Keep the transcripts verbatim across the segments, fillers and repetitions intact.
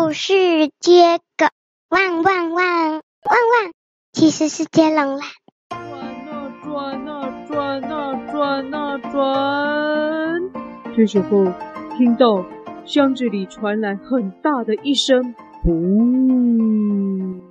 故事接个汪汪汪汪汪，其实是接龙啦。 转啊转啊转啊转啊转。这时候听到箱子里传来很大的一声噗，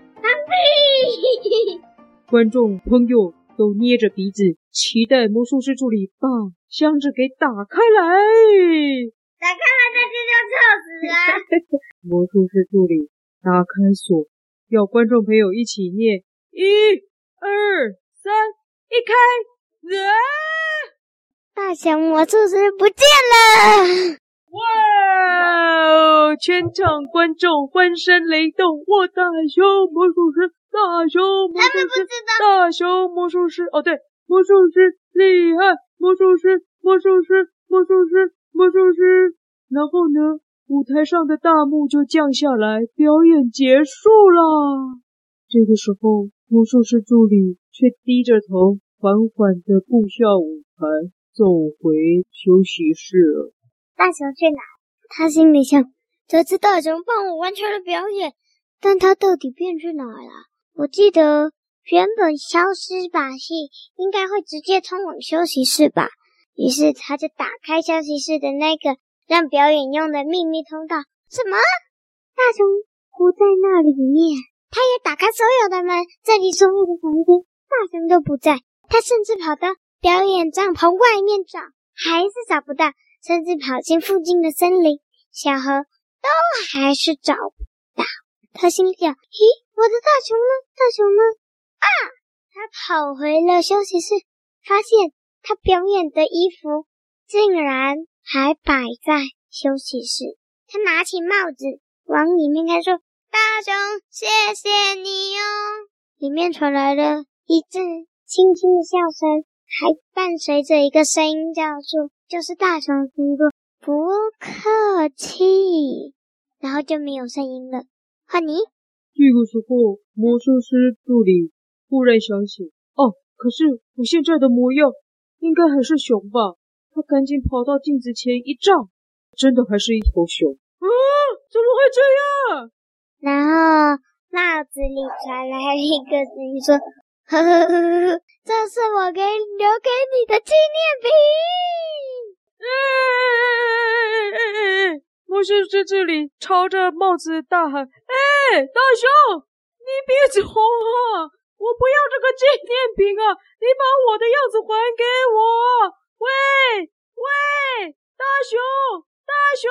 观众朋友都捏着鼻子，期待魔术师助理把箱子给打开来。 打开来那就叫臭死啊！ 魔术师助理打开锁，要观众朋友一起念：一、二、三，一开！啊！ 大熊魔术师不见了！ 哇哦！全场观众欢声雷动！哇，大熊魔术师，大熊魔术师，大熊魔术师，哦对，魔术师厉害，魔术师，魔术师，魔术师，魔术师。然后呢，舞台上的大幕就降下来，表演结束啦。这个时候，魔术师助理却低着头，缓缓地步下舞台，走回休息室了。 大熊去哪？他心里想，这次大熊帮我完成了表演，但他到底变去哪了？我记得原本消失把戏应该会直接通往休息室吧。于是他就打开休息室的那个让表演用的秘密通道。什么？大熊不在那里面。他也打开所有的门，这里所有的房间，大熊都不在。他甚至跑到表演帐篷外面找，还是找不到，甚至跑进附近的森林、小河，都还是找不到。他心里想，咦，我的大熊呢？大熊呢？啊！他跑回了休息室，发现他表演的衣服竟然还摆在休息室。他拿起帽子往里面看，说，大熊，谢谢你哦。里面传来了一阵轻轻的笑声，还伴随着一个声音叫做，就是大熊说不客气，然后就没有声音了。换你。 这个时候，魔术师助理忽然想起，哦，可是我现在的模样应该还是熊吧？他赶紧跑到镜子前一照，真的还是一头熊。啊，怎么会这样？ 然后帽子里传来一个声音说，呵呵呵呵，这是我给留给你的纪念品。 哎哎哎哎！魔术师这里朝着帽子大喊：“哎，大熊，你别走啊！我不要这个纪念品啊！你把我的样子还给我！喂喂，大熊，大熊！”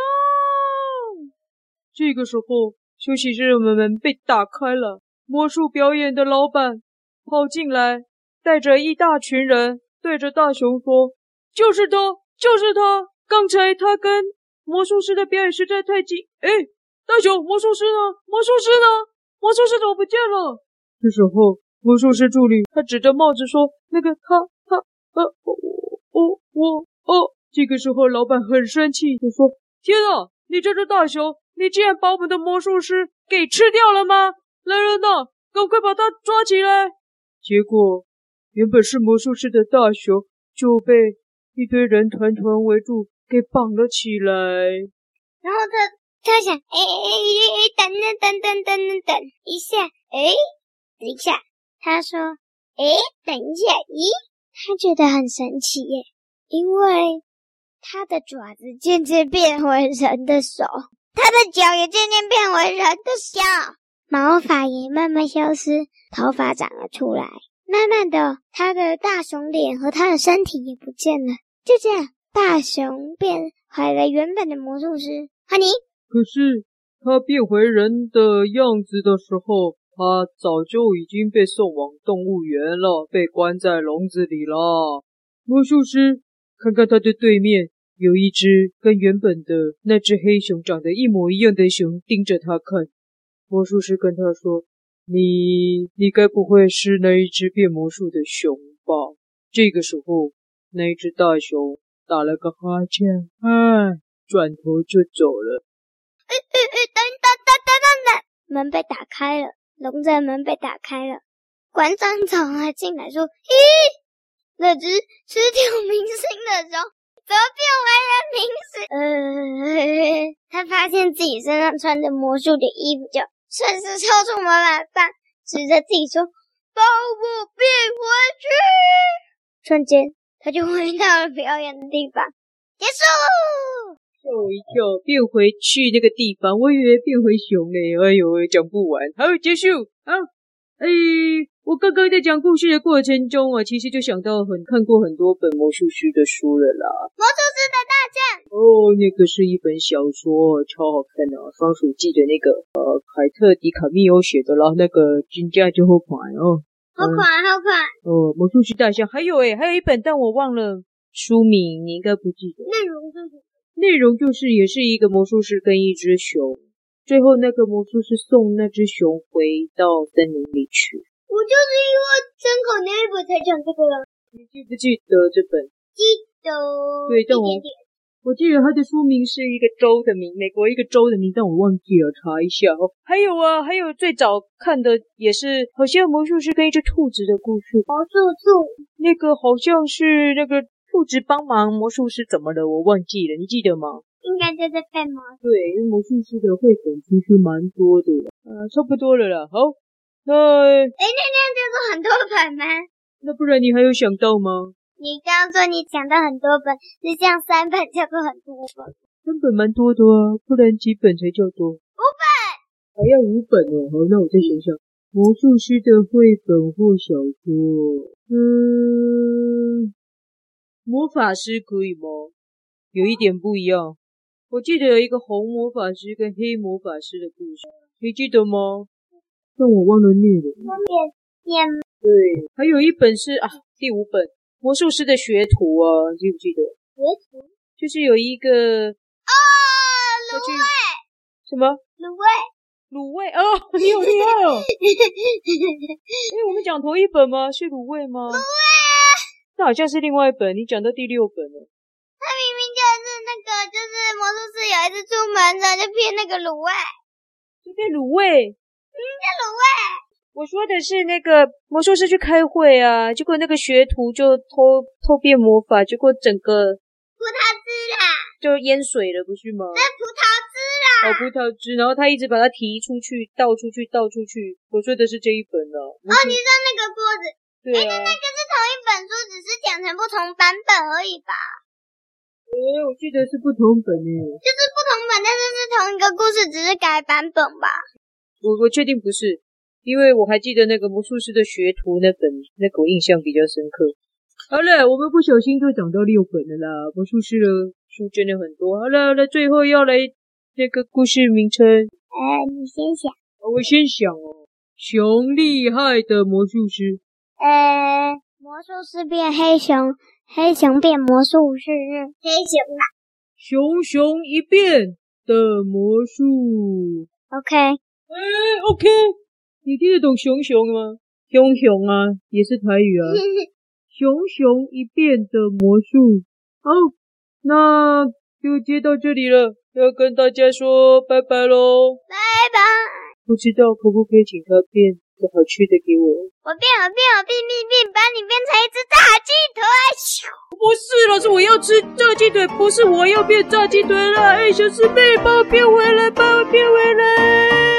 这个时候，休息室的门被打开了，魔术表演的老板跑进来，带着一大群人，对着大熊说：“就是他，就是他！刚才他跟魔术师的表演实在太近。哎，大熊，魔术师呢？魔术师呢？魔术师怎么不见了？”这时候，魔术师助理他指着帽子说：“那个他他呃我我我哦。”这个时候，老板很生气，就说：“天啊，你这只大熊！你竟然把我们的魔术师给吃掉了吗？来人呐，赶快把他抓起来！”结果，原本是魔术师的大熊就被一堆人团团围住，给绑了起来。 然后他他想，哎哎哎，等等等等等等等一下，哎，等一下，他说，哎，等一下，咦，他觉得很神奇耶，因为他的爪子渐渐变回人的手。他的脚也渐渐变为人的脚，毛发也慢慢消失，头发长了出来。慢慢的，他的大熊脸和他的身体也不见了。就这样，大熊变回了原本的魔术师。哈尼， 可是他变回人的样子的时候，他早就已经被送往动物园了，被关在笼子里了。魔术师看看他的对面，有一只跟原本的那只黑熊长得一模一样的熊盯着他看。魔术师跟他说：“你你该不会是那一只变魔术的熊吧？”这个时候，那一只大熊打了个哈欠，哎，转头就走了。 哎哎哎，等等等等等等！门被打开了，笼子的门被打开了，馆长走了进来说：“咦，那只失掉明星的熊。”怎么变为人民时？呃，他发现自己身上穿着魔术的衣服，就顺势抽出魔法棒，指着自己说：“把我变回去！”瞬间，他就回到了表演的地方。结束。 吓我一跳，变回去那个地方，我以为变回熊嘞。哎呦，讲不完。好，结束。好，哎，我刚刚在讲故事的过程中啊，其实就想到很看过很多本魔术师的书了啦。 魔术师的大将。 哦，那个是一本小说，超好看的、啊。双鼠记的那个呃，凯特·迪卡密欧写的啦，那个真价就好款哦。 好款，嗯、好款。 哦，魔术师大象，还有诶，还有一本，但我忘了书名，你应该不记得。 内容是什么？ 内容就是也是一个魔术师跟一只熊，最后那个魔术师送那只熊回到森林里去。 我就是因为参考那一本才讲这个了。 你记不记得这本？ 记得。 对，但我一点点。 我记得它的书名是一个州的名，美国一个州的名，但我忘记了，查一下哦。还有啊，还有最早看的也是好像魔术师跟一只兔子的故事。 魔术兔。 那个好像是那个兔子帮忙魔术师怎么了？我忘记了，你记得吗？ 应该就是被魔术。 对，因为魔术师的绘本其实蛮多的啦，呃，差不多了啦。好，那诶， 那那样就是很多本吗？ 那不然你还有想到吗？ 你刚刚说你讲到很多本，是这样三本叫做很多本。 三本蛮多的啊，不然几本才叫多？ 五本。 还要五本哦。好，那我再想想，魔术师的绘本或小说，嗯，魔法师可以吗？有一点不一样。我记得有一个红魔法师跟黑魔法师的故事，你记得吗？但我忘了念了。 分别念。 对，还有一本是啊，第五本。魔术师的学徒啊，记不记得？ 学徒就是有一个哦，卤味。 什么？ 卤味。 卤味哦，你好厉害哦！因为我们讲同一本吗？是卤味吗？ 卤味啊！ 那好像是另外一本，你讲到第六本了。 他明明就是那个，就是魔术师有一次出门，然后就骗那个卤味。 就骗卤味？ 嗯，叫卤味。 我说的是那个魔术师去开会啊，结果那个学徒就偷偷变魔法，结果整个葡萄汁啦， 就淹水了，不是吗？ 那葡萄汁啦， 哦，葡萄汁，然后他一直把它提出去，倒出去，倒出去。我说的是这一本啊。 哦，你说那个锅子？ 对啊。 诶，那那个是同一本书，只是讲成不同版本而已吧？ 诶，我记得是不同本诶。 就是不同本，但是是同一个故事，只是改版本吧？ 我我确定不是。因为我还记得那个魔术师的学徒那本，那个我印象比较深刻。好了，我们不小心就讲到六本了啦，魔术师的书真的很多。好了，那最后要来那个故事名称。 呃，你先想。 我先想哦，熊厉害的魔术师。 呃，魔术师变黑熊，黑熊变魔术师，黑熊啦。 熊熊一变的魔术。 OK。 哎 ，OK。你听得懂熊熊吗？熊熊啊，也是台语啊。熊熊一变的魔术。好，那就接到这里了，要跟大家说拜拜咯。 拜拜。 不知道可不可以请他变个好吃的给我？ 我变，我变，我变变变，把你变成一只炸鸡腿。 不是了，是我要吃炸鸡腿，不是我要变炸鸡腿了。哎，小师妹，帮我变回来，帮我变回来。